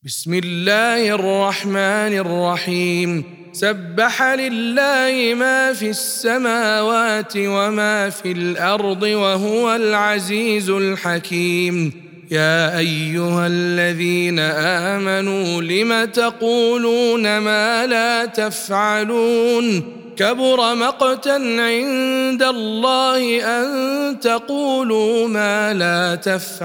بسم الله الرحمن الرحيم. سبح لله ما في السماوات وما في الأرض وهو العزيز الحكيم. يا أيها الذين آمنوا لم تقولون ما لا تفعلون؟ كبر مقتا عند الله أن تقولوا ما لا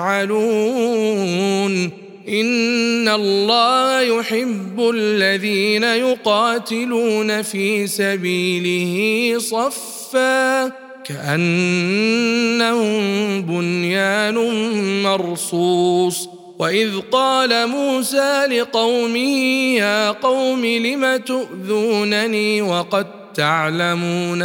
تفعلون. إن الله يحب الذين يقاتلون في سبيله صفا كأنهم بنيان مرصوص. وإذ قال موسى لقومه يا قوم لم تؤذونني وقد تعلمون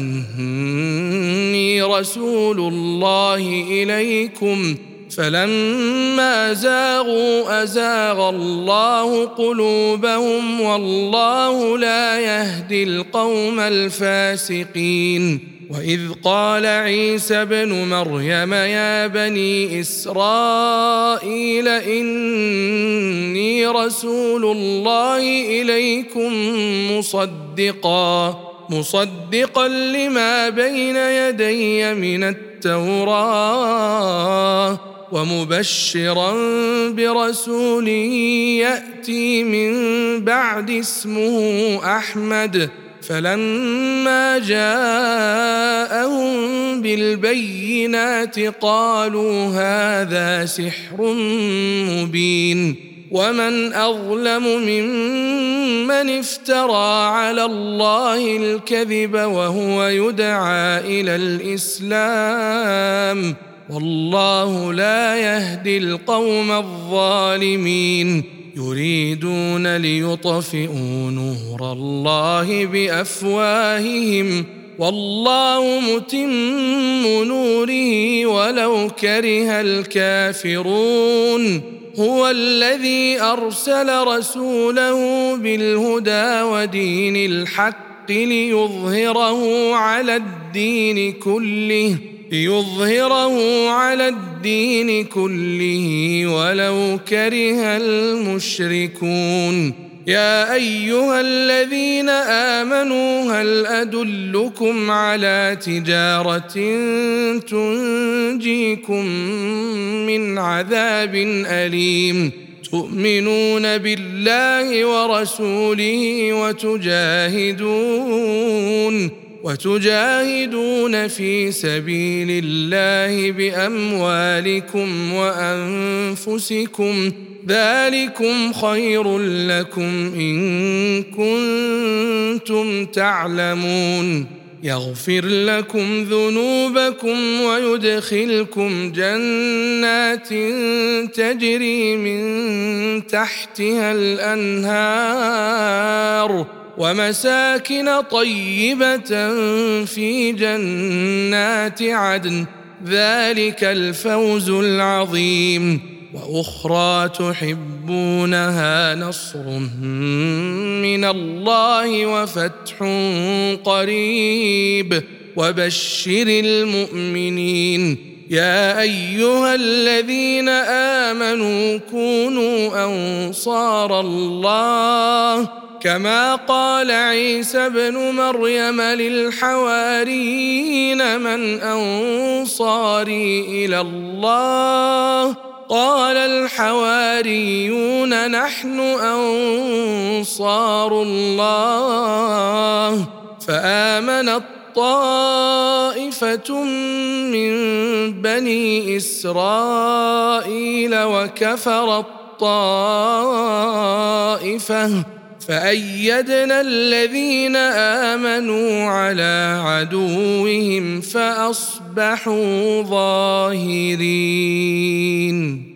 أني رسول الله إليكم فلما زاغوا أزاغ الله قلوبهم والله لا يهدي القوم الفاسقين. وإذ قال عيسى ابن مريم يا بني إسرائيل إني رسول الله إليكم مصدقا لما بين يدي من التوراة ومبشرا برسول يأتي من بعد اسمه أحمد. فلما جاءهم بالبينات قالوا هذا سحر مبين. ومن أظلم ممن افترى على الله الكذب وهو يدعى إلى الإسلام والله لا يهدي القوم الظالمين. يريدون ليطفئوا نور الله بأفواههم والله متم نوره ولو كره الكافرون. هو الذي أرسل رسوله بالهدى ودين الحق ليظهره على الدين كله ولو كره المشركون. يا أيها الذين آمنوا هل أدلكم على تجارة تنجيكم من عذاب أليم؟ تؤمنون بالله ورسوله وتجاهدون في سبيل الله بأموالكم وأنفسكم ذلكم خير لكم إن كنتم تعلمون. يغفر لكم ذنوبكم ويدخلكم جنات تجري من تحتها الأنهار ومساكن طيبة في جنات عدن ذلك الفوز العظيم. وأخرى تحبونها نصر من الله وفتح قريب وبشر المؤمنين. يا أيها الذين آمنوا كونوا أنصار الله كما قال عيسى ابن مريم للحواريين من أنصاري إلى الله؟ قال الحواريون نحن أنصار الله. فآمنت طائفة من بني إسرائيل وكفرت طائفة فأيدنا الذين آمنوا على عدوهم فأصبحوا ظاهرين.